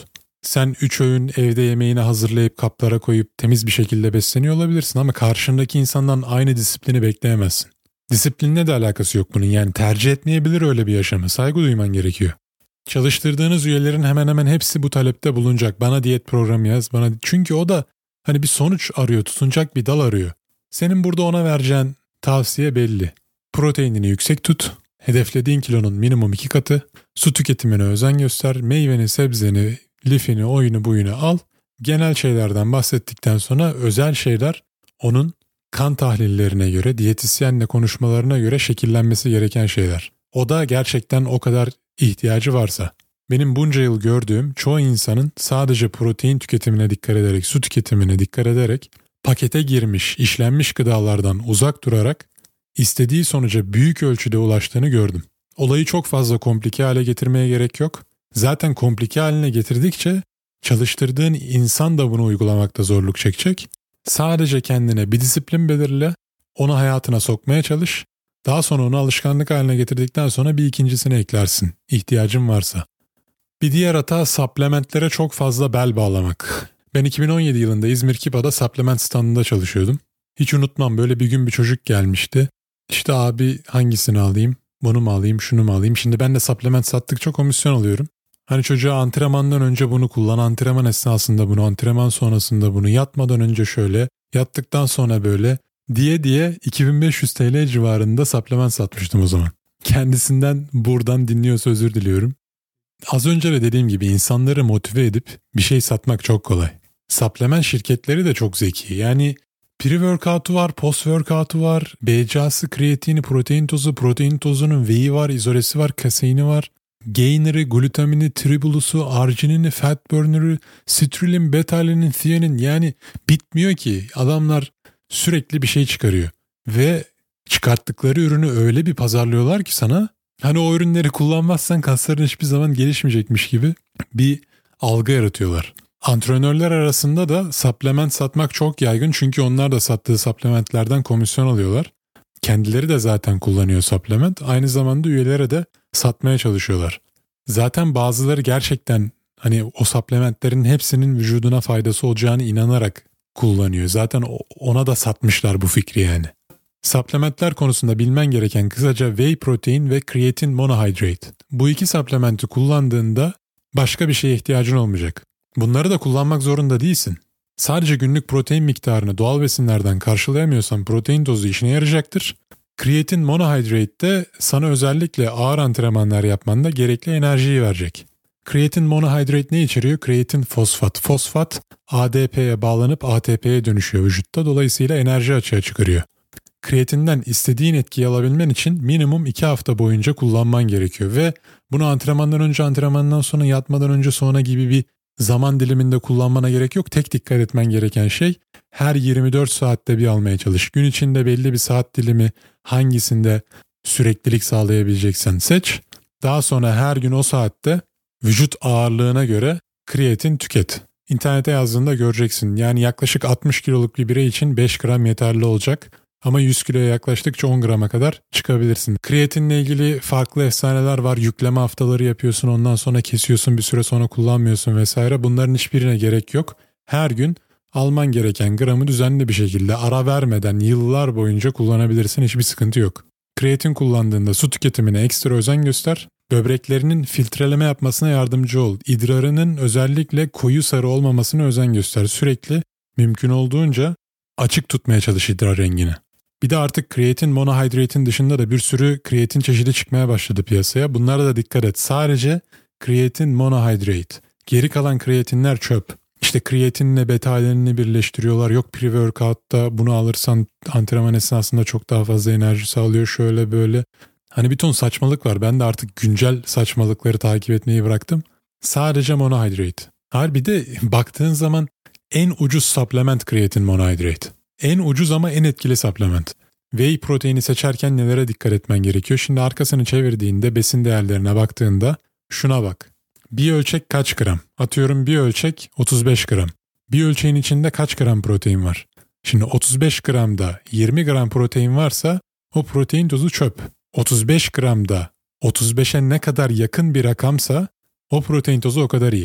Sen 3 öğün evde yemeğini hazırlayıp kaplara koyup temiz bir şekilde besleniyor olabilirsin ama karşındaki insandan aynı disiplini bekleyemezsin. Disiplinle de alakası yok bunun, yani tercih etmeyebilir öyle bir yaşamı, saygı duyman gerekiyor. Çalıştırdığınız üyelerin hemen hemen hepsi bu talepte bulunacak. Bana diyet programı yaz, çünkü o da hani bir sonuç arıyor, tutunacak bir dal arıyor. Senin burada ona vereceğin tavsiye belli. Proteinini yüksek tut, hedeflediğin kilonun minimum 2 katı, su tüketimine özen göster, meyveni, sebzeni, lifini, oyunu buyunu al. Genel şeylerden bahsettikten sonra özel şeyler onun kan tahlillerine göre, diyetisyenle konuşmalarına göre şekillenmesi gereken şeyler. O da gerçekten o kadar ihtiyacı varsa. Benim bunca yıl gördüğüm çoğu insanın sadece protein tüketimine dikkat ederek, su tüketimine dikkat ederek, pakete girmiş, işlenmiş gıdalardan uzak durarak istediği sonuca büyük ölçüde ulaştığını gördüm. Olayı çok fazla komplike hale getirmeye gerek yok. Zaten komplike haline getirdikçe çalıştırdığın insan da bunu uygulamakta zorluk çekecek. Sadece kendine bir disiplin belirle, onu hayatına sokmaya çalış. Daha sonra onu alışkanlık haline getirdikten sonra bir ikincisini eklersin, ihtiyacın varsa. Bir diğer hata supplementlere çok fazla bel bağlamak. Ben 2017 yılında İzmir Kipa'da supplement standında çalışıyordum. Hiç unutmam, böyle bir gün bir çocuk gelmişti. İşte abi hangisini alayım, bunu mu alayım, şunu mu alayım? Şimdi ben de supplement sattıkça komisyon alıyorum. Hani çocuğa antrenmandan önce bunu kullan, antrenman esnasında bunu, antrenman sonrasında bunu, yatmadan önce şöyle, yattıktan sonra böyle diye 2500 TL civarında supplement satmıştım o zaman. Kendisinden buradan dinliyorsa özür diliyorum. Az önce de dediğim gibi insanları motive edip bir şey satmak çok kolay. Supplement şirketleri de çok zeki. Yani pre-workout'u var, post-workout'u var, BCA'sı, kreatini, protein tozu, protein tozunun whey'i var, izolesi var, kaseini var. Gainer'ı, glutamini, tribulusu, arginini, fat burner'ı, citrulline, beta-alanin, thianin, yani bitmiyor ki. Adamlar sürekli bir şey çıkarıyor. Ve çıkarttıkları ürünü öyle bir pazarlıyorlar ki sana, hani o ürünleri kullanmazsan kasların hiçbir zaman gelişmeyecekmiş gibi bir algı yaratıyorlar. Antrenörler arasında da supplement satmak çok yaygın, çünkü onlar da sattığı supplementlerden komisyon alıyorlar. Kendileri de zaten kullanıyor supplement. Aynı zamanda üyelere de satmaya çalışıyorlar. Zaten bazıları gerçekten hani o supplementlerin hepsinin vücuduna faydası olacağını inanarak kullanıyor. Zaten ona da satmışlar bu fikri yani. Supplementler konusunda bilmen gereken kısaca whey protein ve kreatin monohydrate. Bu iki supplementi kullandığında başka bir şeye ihtiyacın olmayacak. Bunları da kullanmak zorunda değilsin. Sadece günlük protein miktarını doğal besinlerden karşılayamıyorsan protein tozu işine yarayacaktır. Kreatin monohydrate de sana özellikle ağır antrenmanlar yapmanda gerekli enerjiyi verecek. Kreatin monohydrate ne içeriyor? Kreatin fosfat. Fosfat ADP'ye bağlanıp ATP'ye dönüşüyor vücutta. Dolayısıyla enerji açığa çıkarıyor. Kreatinden istediğin etkiyi alabilmen için minimum 2 hafta boyunca kullanman gerekiyor ve bunu antrenmandan önce, antrenmandan sonra, yatmadan önce, sonra gibi bir zaman diliminde kullanmana gerek yok. Tek dikkat etmen gereken şey, her 24 saatte bir almaya çalış. Gün içinde belli bir saat dilimi hangisinde süreklilik sağlayabileceksen seç. Daha sonra her gün o saatte vücut ağırlığına göre kreatin tüket. İnternete yazdığında göreceksin. Yani yaklaşık 60 kiloluk bir birey için 5 gram yeterli olacak. Ama 100 kiloya yaklaştıkça 10 grama kadar çıkabilirsin. Kreatinle ilgili farklı efsaneler var. Yükleme haftaları yapıyorsun, ondan sonra kesiyorsun, bir süre sonra kullanmıyorsun vesaire. Bunların hiçbirine gerek yok. Her gün alman gereken gramı düzenli bir şekilde ara vermeden yıllar boyunca kullanabilirsin. Hiçbir sıkıntı yok. Kreatin kullandığında su tüketimine ekstra özen göster. Böbreklerinin filtreleme yapmasına yardımcı ol. İdrarının özellikle koyu sarı olmamasına özen göster. Sürekli mümkün olduğunca açık tutmaya çalış idrar rengini. Bir de artık kreatin monohydrate'in dışında da bir sürü kreatin çeşidi çıkmaya başladı piyasaya. Bunlara da dikkat et. Sadece kreatin monohydrate. Geri kalan kreatinler çöp. İşte kreatinle beta-alenini birleştiriyorlar. Yok pre-workout'ta bunu alırsan antrenman esnasında çok daha fazla enerji sağlıyor. Şöyle böyle. Hani bir ton saçmalık var. Ben de artık güncel saçmalıkları takip etmeyi bıraktım. Sadece monohydrate. Hayır, bir de baktığın zaman en ucuz supplement kreatin monohydrate. En ucuz ama en etkili supplement. Whey proteini seçerken nelere dikkat etmen gerekiyor? Şimdi arkasını çevirdiğinde, besin değerlerine baktığında şuna bak. Bir ölçek kaç gram? Atıyorum bir ölçek 35 gram. Bir ölçeğin içinde kaç gram protein var? Şimdi 35 gramda 20 gram protein varsa o protein tozu çöp. 35 gramda 35'e ne kadar yakın bir rakamsa o protein tozu o kadar iyi.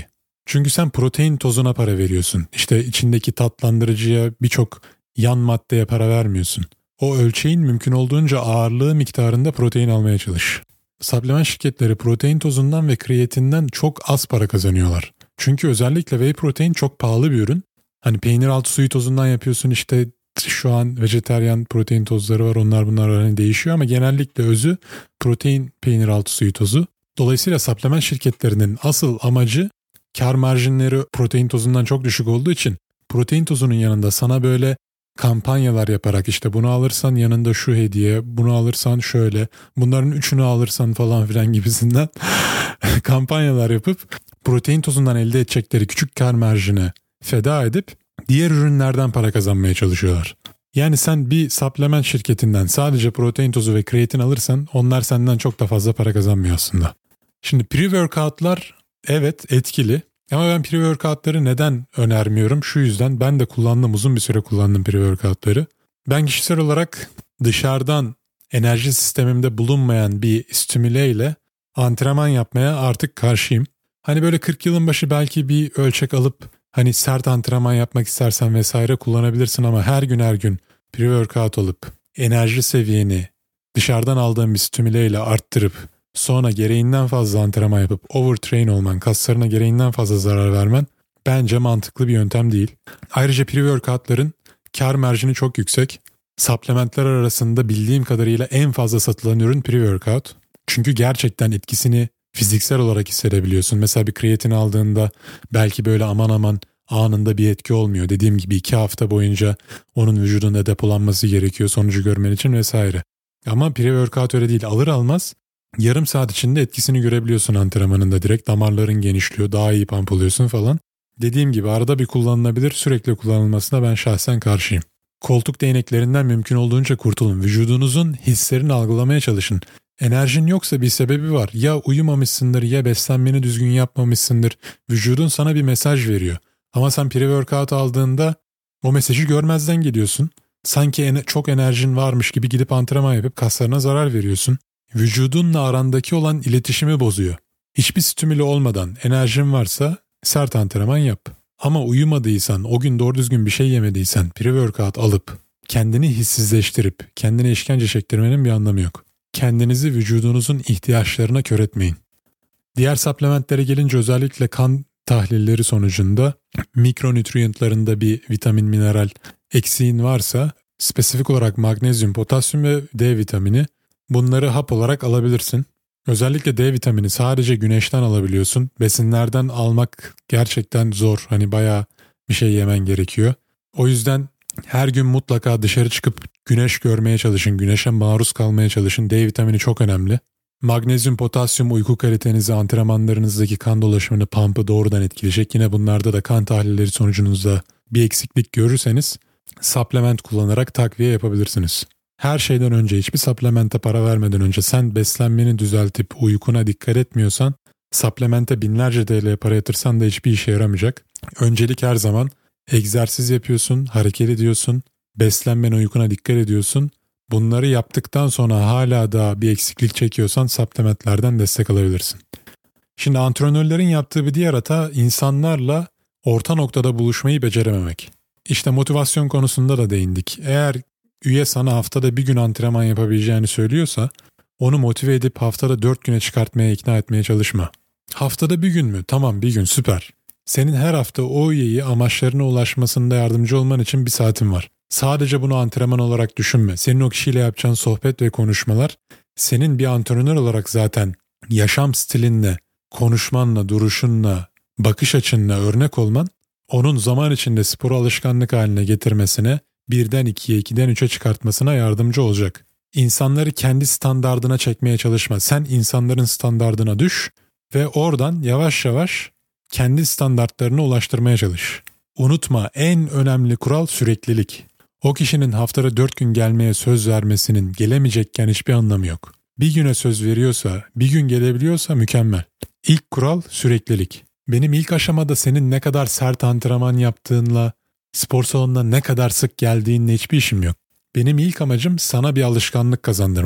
Çünkü sen protein tozuna para veriyorsun. İşte içindeki tatlandırıcıya, birçok yan maddeye para vermiyorsun. O ölçeğin mümkün olduğunca ağırlığı miktarında protein almaya çalış. Supplement şirketleri protein tozundan ve kreatinden çok az para kazanıyorlar. Çünkü özellikle whey protein çok pahalı bir ürün. Hani peynir altı suyu tozundan yapıyorsun, işte şu an vejetaryen protein tozları var, onlar bunlar hani değişiyor ama genellikle özü protein peynir altı suyu tozu. Dolayısıyla supplement şirketlerinin asıl amacı, kar marjinleri protein tozundan çok düşük olduğu için protein tozunun yanında sana böyle kampanyalar yaparak, işte bunu alırsan yanında şu hediye, bunu alırsan şöyle, bunların üçünü alırsan falan filan gibisinden kampanyalar yapıp protein tozundan elde edecekleri küçük kar marjine feda edip diğer ürünlerden para kazanmaya çalışıyorlar. Yani sen bir supplement şirketinden sadece protein tozu ve kreatin alırsan onlar senden çok da fazla para kazanmıyor aslında. Şimdi pre-workoutlar evet etkili ama ben pre-workoutları neden önermiyorum? Şu yüzden, ben de kullandım, uzun bir süre kullandım pre-workoutları. Ben kişisel olarak dışarıdan enerji sistemimde bulunmayan bir stimüle ile antrenman yapmaya artık karşıyım. Hani böyle 40 yılın başı belki bir ölçek alıp hani sert antrenman yapmak istersen vesaire kullanabilirsin ama her gün pre-workout alıp enerji seviyeni dışarıdan aldığın bir stimüle ile arttırıp sonra gereğinden fazla antrenman yapıp overtrain olman, kaslarına gereğinden fazla zarar vermen bence mantıklı bir yöntem değil. Ayrıca pre-workoutların kar marjini çok yüksek. Supplementler arasında bildiğim kadarıyla en fazla satılan ürün pre-workout. Çünkü gerçekten etkisini fiziksel olarak hissedebiliyorsun. Mesela bir kreatin aldığında belki böyle aman aman anında bir etki olmuyor. Dediğim gibi 2 hafta boyunca onun vücudunda depolanması gerekiyor sonucu görmen için vesaire. Ama pre-workout öyle değil. Alır almaz yarım saat içinde etkisini görebiliyorsun antrenmanında direkt. Damarların genişliyor, daha iyi pump oluyorsun falan. Dediğim gibi arada bir kullanılabilir, sürekli kullanılmasına ben şahsen karşıyım. Koltuk değneklerinden mümkün olduğunca kurtulun. Vücudunuzun hislerini algılamaya çalışın. Enerjin yoksa bir sebebi var. Ya uyumamışsındır ya beslenmeni düzgün yapmamışsındır. Vücudun sana bir mesaj veriyor. Ama sen pre-workout aldığında o mesajı görmezden geliyorsun. Sanki çok enerjin varmış gibi gidip antrenman yapıp kaslarına zarar veriyorsun. Vücudunla arandaki olan iletişimi bozuyor. Hiçbir stimüle olmadan enerjin varsa sert antrenman yap. Ama uyumadıysan, o gün doğru düzgün bir şey yemediysen pre-workout alıp kendini hissizleştirip kendine işkence çektirmenin bir anlamı yok. Kendinizi vücudunuzun ihtiyaçlarına kör etmeyin. Diğer supplementlere gelince özellikle kan tahlilleri sonucunda mikronütriyentlarında bir vitamin, mineral eksiğin varsa spesifik olarak magnezyum, potasyum ve D vitamini, bunları hap olarak alabilirsin. Özellikle D vitamini sadece güneşten alabiliyorsun. Besinlerden almak gerçekten zor. Hani bayağı bir şey yemen gerekiyor. O yüzden her gün mutlaka dışarı çıkıp güneş görmeye çalışın. Güneşe maruz kalmaya çalışın. D vitamini çok önemli. Magnezyum, potasyum uyku kalitenizi, antrenmanlarınızdaki kan dolaşımını, pump'ı doğrudan etkileyecek. Yine bunlarda da kan tahlilleri sonucunuzda bir eksiklik görürseniz supplement kullanarak takviye yapabilirsiniz. Her şeyden önce, hiçbir supplemente para vermeden önce sen beslenmeni düzeltip uykuna dikkat etmiyorsan supplemente binlerce TL para yatırsan da hiçbir işe yaramayacak. Öncelik her zaman egzersiz yapıyorsun, hareket ediyorsun, beslenmene, uykuna dikkat ediyorsun. Bunları yaptıktan sonra hala da bir eksiklik çekiyorsan supplementlerden destek alabilirsin. Şimdi antrenörlerin yaptığı bir diğer hata insanlarla orta noktada buluşmayı becerememek. İşte motivasyon konusunda da değindik. Eğer üye sana haftada bir gün antrenman yapabileceğini söylüyorsa onu motive edip haftada 4 güne çıkartmaya, ikna etmeye çalışma. Haftada bir gün mü? Tamam, bir gün, süper. Senin her hafta o üyeyi amaçlarına ulaşmasında yardımcı olman için bir saatin var. Sadece bunu antrenman olarak düşünme. Senin o kişiyle yapacağın sohbet ve konuşmalar, senin bir antrenör olarak zaten yaşam stilinle, konuşmanla, duruşunla, bakış açınla örnek olman, onun zaman içinde sporu alışkanlık haline getirmesine, 1'den 2'ye, 2'den 3'e çıkartmasına yardımcı olacak. İnsanları kendi standardına çekmeye çalışma. Sen insanların standardına düş ve oradan yavaş yavaş kendi standartlarına ulaştırmaya çalış. Unutma, en önemli kural süreklilik. O kişinin haftada 4 gün gelmeye söz vermesinin gelemeyecekken hiçbir anlamı yok. Bir güne söz veriyorsa, bir gün gelebiliyorsa mükemmel. İlk kural süreklilik. Benim ilk aşamada senin ne kadar sert antrenman yaptığınla, spor salonuna ne kadar sık geldiğinle hiçbir işim yok. Benim ilk amacım sana bir alışkanlık kazandırmak.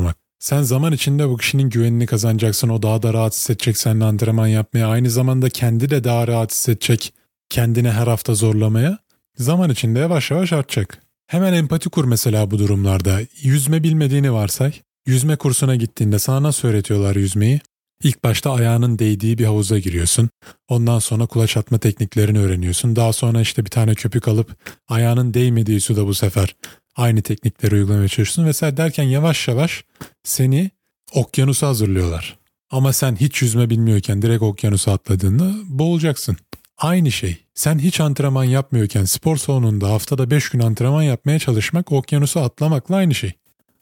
Sen zaman içinde bu kişinin güvenini kazanacaksın. O daha da rahat hissedecek seninle antrenman yapmaya. Aynı zamanda kendi de daha rahat hissedecek kendine her hafta zorlamaya. Zaman içinde yavaş yavaş artacak. Hemen empati kur mesela bu durumlarda. Yüzme bilmediğini varsay. Yüzme kursuna gittiğinde sana nasıl öğretiyorlar yüzmeyi? İlk başta ayağının değdiği bir havuza giriyorsun. Ondan sonra kulaç atma tekniklerini öğreniyorsun. Daha sonra işte bir tane köpük alıp ayağının değmediği suda bu sefer aynı teknikleri uygulamaya çalışıyorsun vesaire derken yavaş yavaş seni okyanusa hazırlıyorlar. Ama sen hiç yüzme bilmiyorken direkt okyanusa atladığında boğulacaksın. Aynı şey. Sen hiç antrenman yapmıyorken spor salonunda haftada 5 gün antrenman yapmaya çalışmak okyanusa atlamakla aynı şey.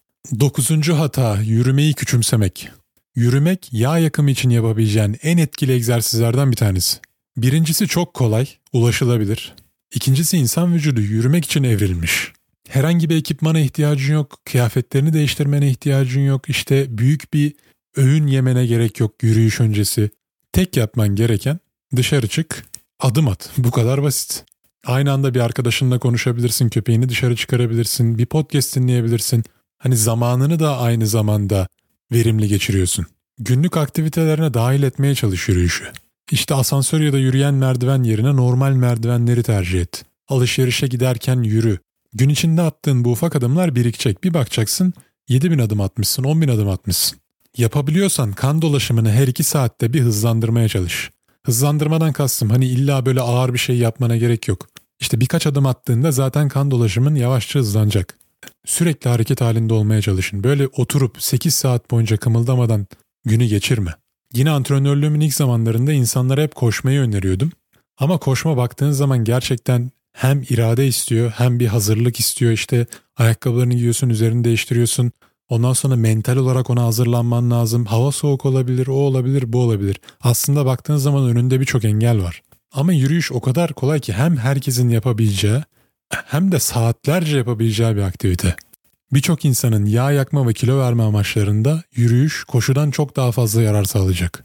9. hata, yürümeyi küçümsemek. Yürümek yağ yakımı için yapabileceğin en etkili egzersizlerden bir tanesi. Birincisi çok kolay, ulaşılabilir. İkincisi insan vücudu yürümek için evrilmiş. Herhangi bir ekipmana ihtiyacın yok, kıyafetlerini değiştirmene ihtiyacın yok, işte büyük bir öğün yemene gerek yok yürüyüş öncesi. Tek yapman gereken dışarı çık, adım at. Bu kadar basit. Aynı anda bir arkadaşınla konuşabilirsin, köpeğini dışarı çıkarabilirsin, bir podcast dinleyebilirsin. Hani zamanını da aynı zamanda verimli geçiriyorsun. Günlük aktivitelerine dahil etmeye çalış yürüyüşü. İşte asansör ya da yürüyen merdiven yerine normal merdivenleri tercih et. Alışverişe giderken yürü. Gün içinde attığın bu ufak adımlar birikecek. Bir bakacaksın 7.000 adım atmışsın, 10.000 adım atmışsın. Yapabiliyorsan kan dolaşımını her 2 saatte bir hızlandırmaya çalış. Hızlandırmadan kastım hani illa böyle ağır bir şey yapmana gerek yok. İşte birkaç adım attığında zaten kan dolaşımın yavaşça hızlanacak. Sürekli hareket halinde olmaya çalışın. Böyle oturup 8 saat boyunca kımıldamadan günü geçirme. Yine antrenörlüğümün ilk zamanlarında insanlara hep koşmayı öneriyordum. Ama koşma baktığın zaman gerçekten hem irade istiyor hem bir hazırlık istiyor. İşte ayakkabılarını giyiyorsun, üzerini değiştiriyorsun. Ondan sonra mental olarak ona hazırlanman lazım. Hava soğuk olabilir, o olabilir, bu olabilir. Aslında baktığın zaman önünde birçok engel var. Ama yürüyüş o kadar kolay ki hem herkesin yapabileceği hem de saatlerce yapabileceği bir aktivite. Birçok insanın yağ yakma ve kilo verme amaçlarında yürüyüş koşudan çok daha fazla yarar sağlayacak.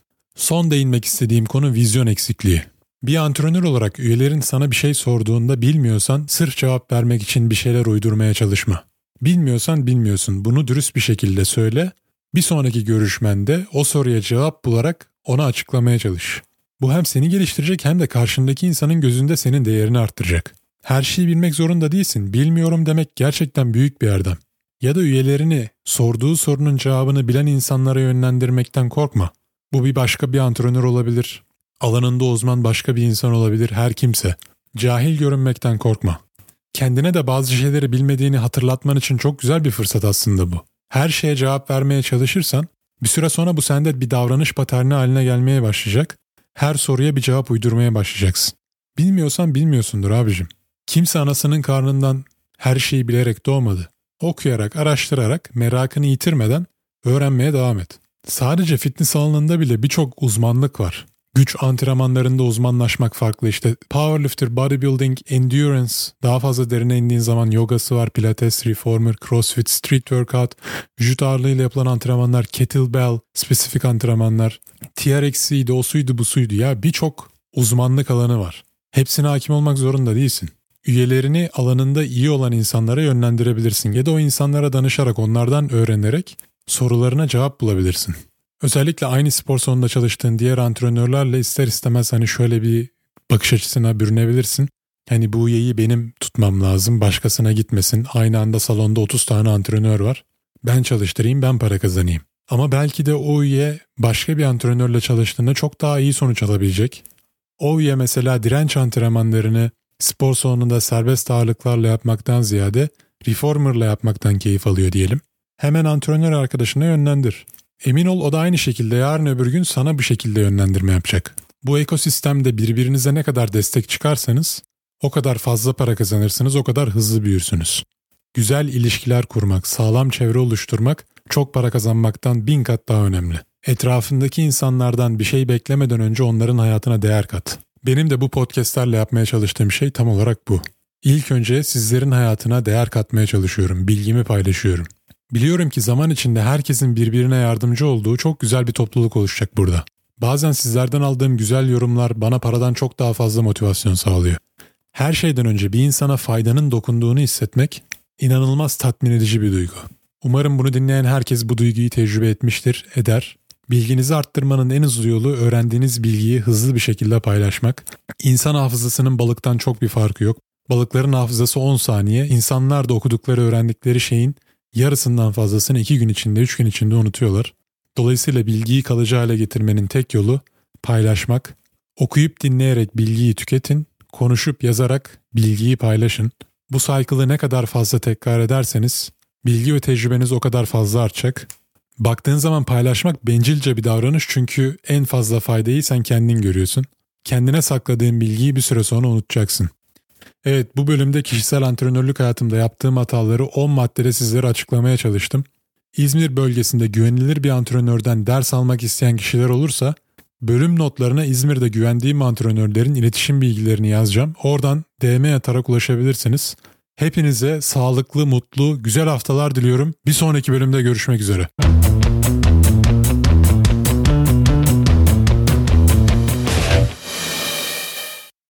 Son değinmek istediğim konu vizyon eksikliği. Bir antrenör olarak üyelerin sana bir şey sorduğunda bilmiyorsan sırf cevap vermek için bir şeyler uydurmaya çalışma. Bilmiyorsan bilmiyorsun. Bunu dürüst bir şekilde söyle. Bir sonraki görüşmende o soruya cevap bularak ona açıklamaya çalış. Bu hem seni geliştirecek hem de karşındaki insanın gözünde senin değerini arttıracak. Her şeyi bilmek zorunda değilsin. Bilmiyorum demek gerçekten büyük bir erdem. Ya da üyelerini sorduğu sorunun cevabını bilen insanlara yönlendirmekten korkma. Bu bir başka bir antrenör olabilir. Alanında uzman başka bir insan olabilir, her kimse. Cahil görünmekten korkma. Kendine de bazı şeyleri bilmediğini hatırlatman için çok güzel bir fırsat aslında bu. Her şeye cevap vermeye çalışırsan bir süre sonra bu sende bir davranış paterni haline gelmeye başlayacak. Her soruya bir cevap uydurmaya başlayacaksın. Bilmiyorsan bilmiyorsundur abicim. Kimse anasının karnından her şeyi bilerek doğmadı. Okuyarak, araştırarak, merakını yitirmeden öğrenmeye devam et. Sadece fitness alanında bile birçok uzmanlık var. Güç antrenmanlarında uzmanlaşmak farklı, işte powerlifter, bodybuilding, endurance, daha fazla derine indiğin zaman yogası var, pilates, reformer, crossfit, street workout, vücut ağırlığıyla yapılan antrenmanlar, kettlebell, spesifik antrenmanlar, TRX'iydi, o suydu, bu suydu, ya birçok uzmanlık alanı var. Hepsine hakim olmak zorunda değilsin. Üyelerini alanında iyi olan insanlara yönlendirebilirsin ya da o insanlara danışarak, onlardan öğrenerek sorularına cevap bulabilirsin. Özellikle aynı spor salonunda çalıştığın diğer antrenörlerle ister istemez hani şöyle bir bakış açısına bürünebilirsin. Hani bu üyeyi benim tutmam lazım, başkasına gitmesin. Aynı anda salonda 30 tane antrenör var. Ben çalıştırayım, ben para kazanayım. Ama belki de o üye başka bir antrenörle çalıştığında çok daha iyi sonuç alabilecek. O üye mesela direnç antrenmanlarını spor salonunda serbest ağırlıklarla yapmaktan ziyade reformerla yapmaktan keyif alıyor diyelim. Hemen antrenör arkadaşına yönlendir. Emin ol o da aynı şekilde yarın öbür gün sana bu şekilde yönlendirme yapacak. Bu ekosistemde birbirinize ne kadar destek çıkarsanız o kadar fazla para kazanırsınız, o kadar hızlı büyürsünüz. Güzel ilişkiler kurmak, sağlam çevre oluşturmak çok para kazanmaktan 1000 kat daha önemli. Etrafındaki insanlardan bir şey beklemeden önce onların hayatına değer kat. Benim de bu podcastlerle yapmaya çalıştığım şey tam olarak bu. İlk önce sizlerin hayatına değer katmaya çalışıyorum, bilgimi paylaşıyorum. Biliyorum ki zaman içinde herkesin birbirine yardımcı olduğu çok güzel bir topluluk oluşacak burada. Bazen sizlerden aldığım güzel yorumlar bana paradan çok daha fazla motivasyon sağlıyor. Her şeyden önce bir insana faydanın dokunduğunu hissetmek inanılmaz tatmin edici bir duygu. Umarım bunu dinleyen herkes bu duyguyu tecrübe etmiştir, eder. Bilginizi arttırmanın en hızlı yolu öğrendiğiniz bilgiyi hızlı bir şekilde paylaşmak. İnsan hafızasının balıktan çok bir farkı yok. Balıkların hafızası 10 saniye, insanlar da okudukları öğrendikleri şeyin yarısından fazlasını 2 gün içinde, 3 gün içinde unutuyorlar. Dolayısıyla bilgiyi kalıcı hale getirmenin tek yolu paylaşmak. Okuyup dinleyerek bilgiyi tüketin, konuşup yazarak bilgiyi paylaşın. Bu cycle'ı ne kadar fazla tekrar ederseniz bilgi ve tecrübeniz o kadar fazla artacak. Baktığın zaman paylaşmak bencilce bir davranış çünkü en fazla faydayı sen kendin görüyorsun. Kendine sakladığın bilgiyi bir süre sonra unutacaksın. Evet, bu bölümde kişisel antrenörlük hayatımda yaptığım hataları 10 maddede sizlere açıklamaya çalıştım. İzmir bölgesinde güvenilir bir antrenörden ders almak isteyen kişiler olursa bölüm notlarına İzmir'de güvendiğim antrenörlerin iletişim bilgilerini yazacağım. Oradan DM atarak ulaşabilirsiniz. Hepinize sağlıklı, mutlu, güzel haftalar diliyorum. Bir sonraki bölümde görüşmek üzere.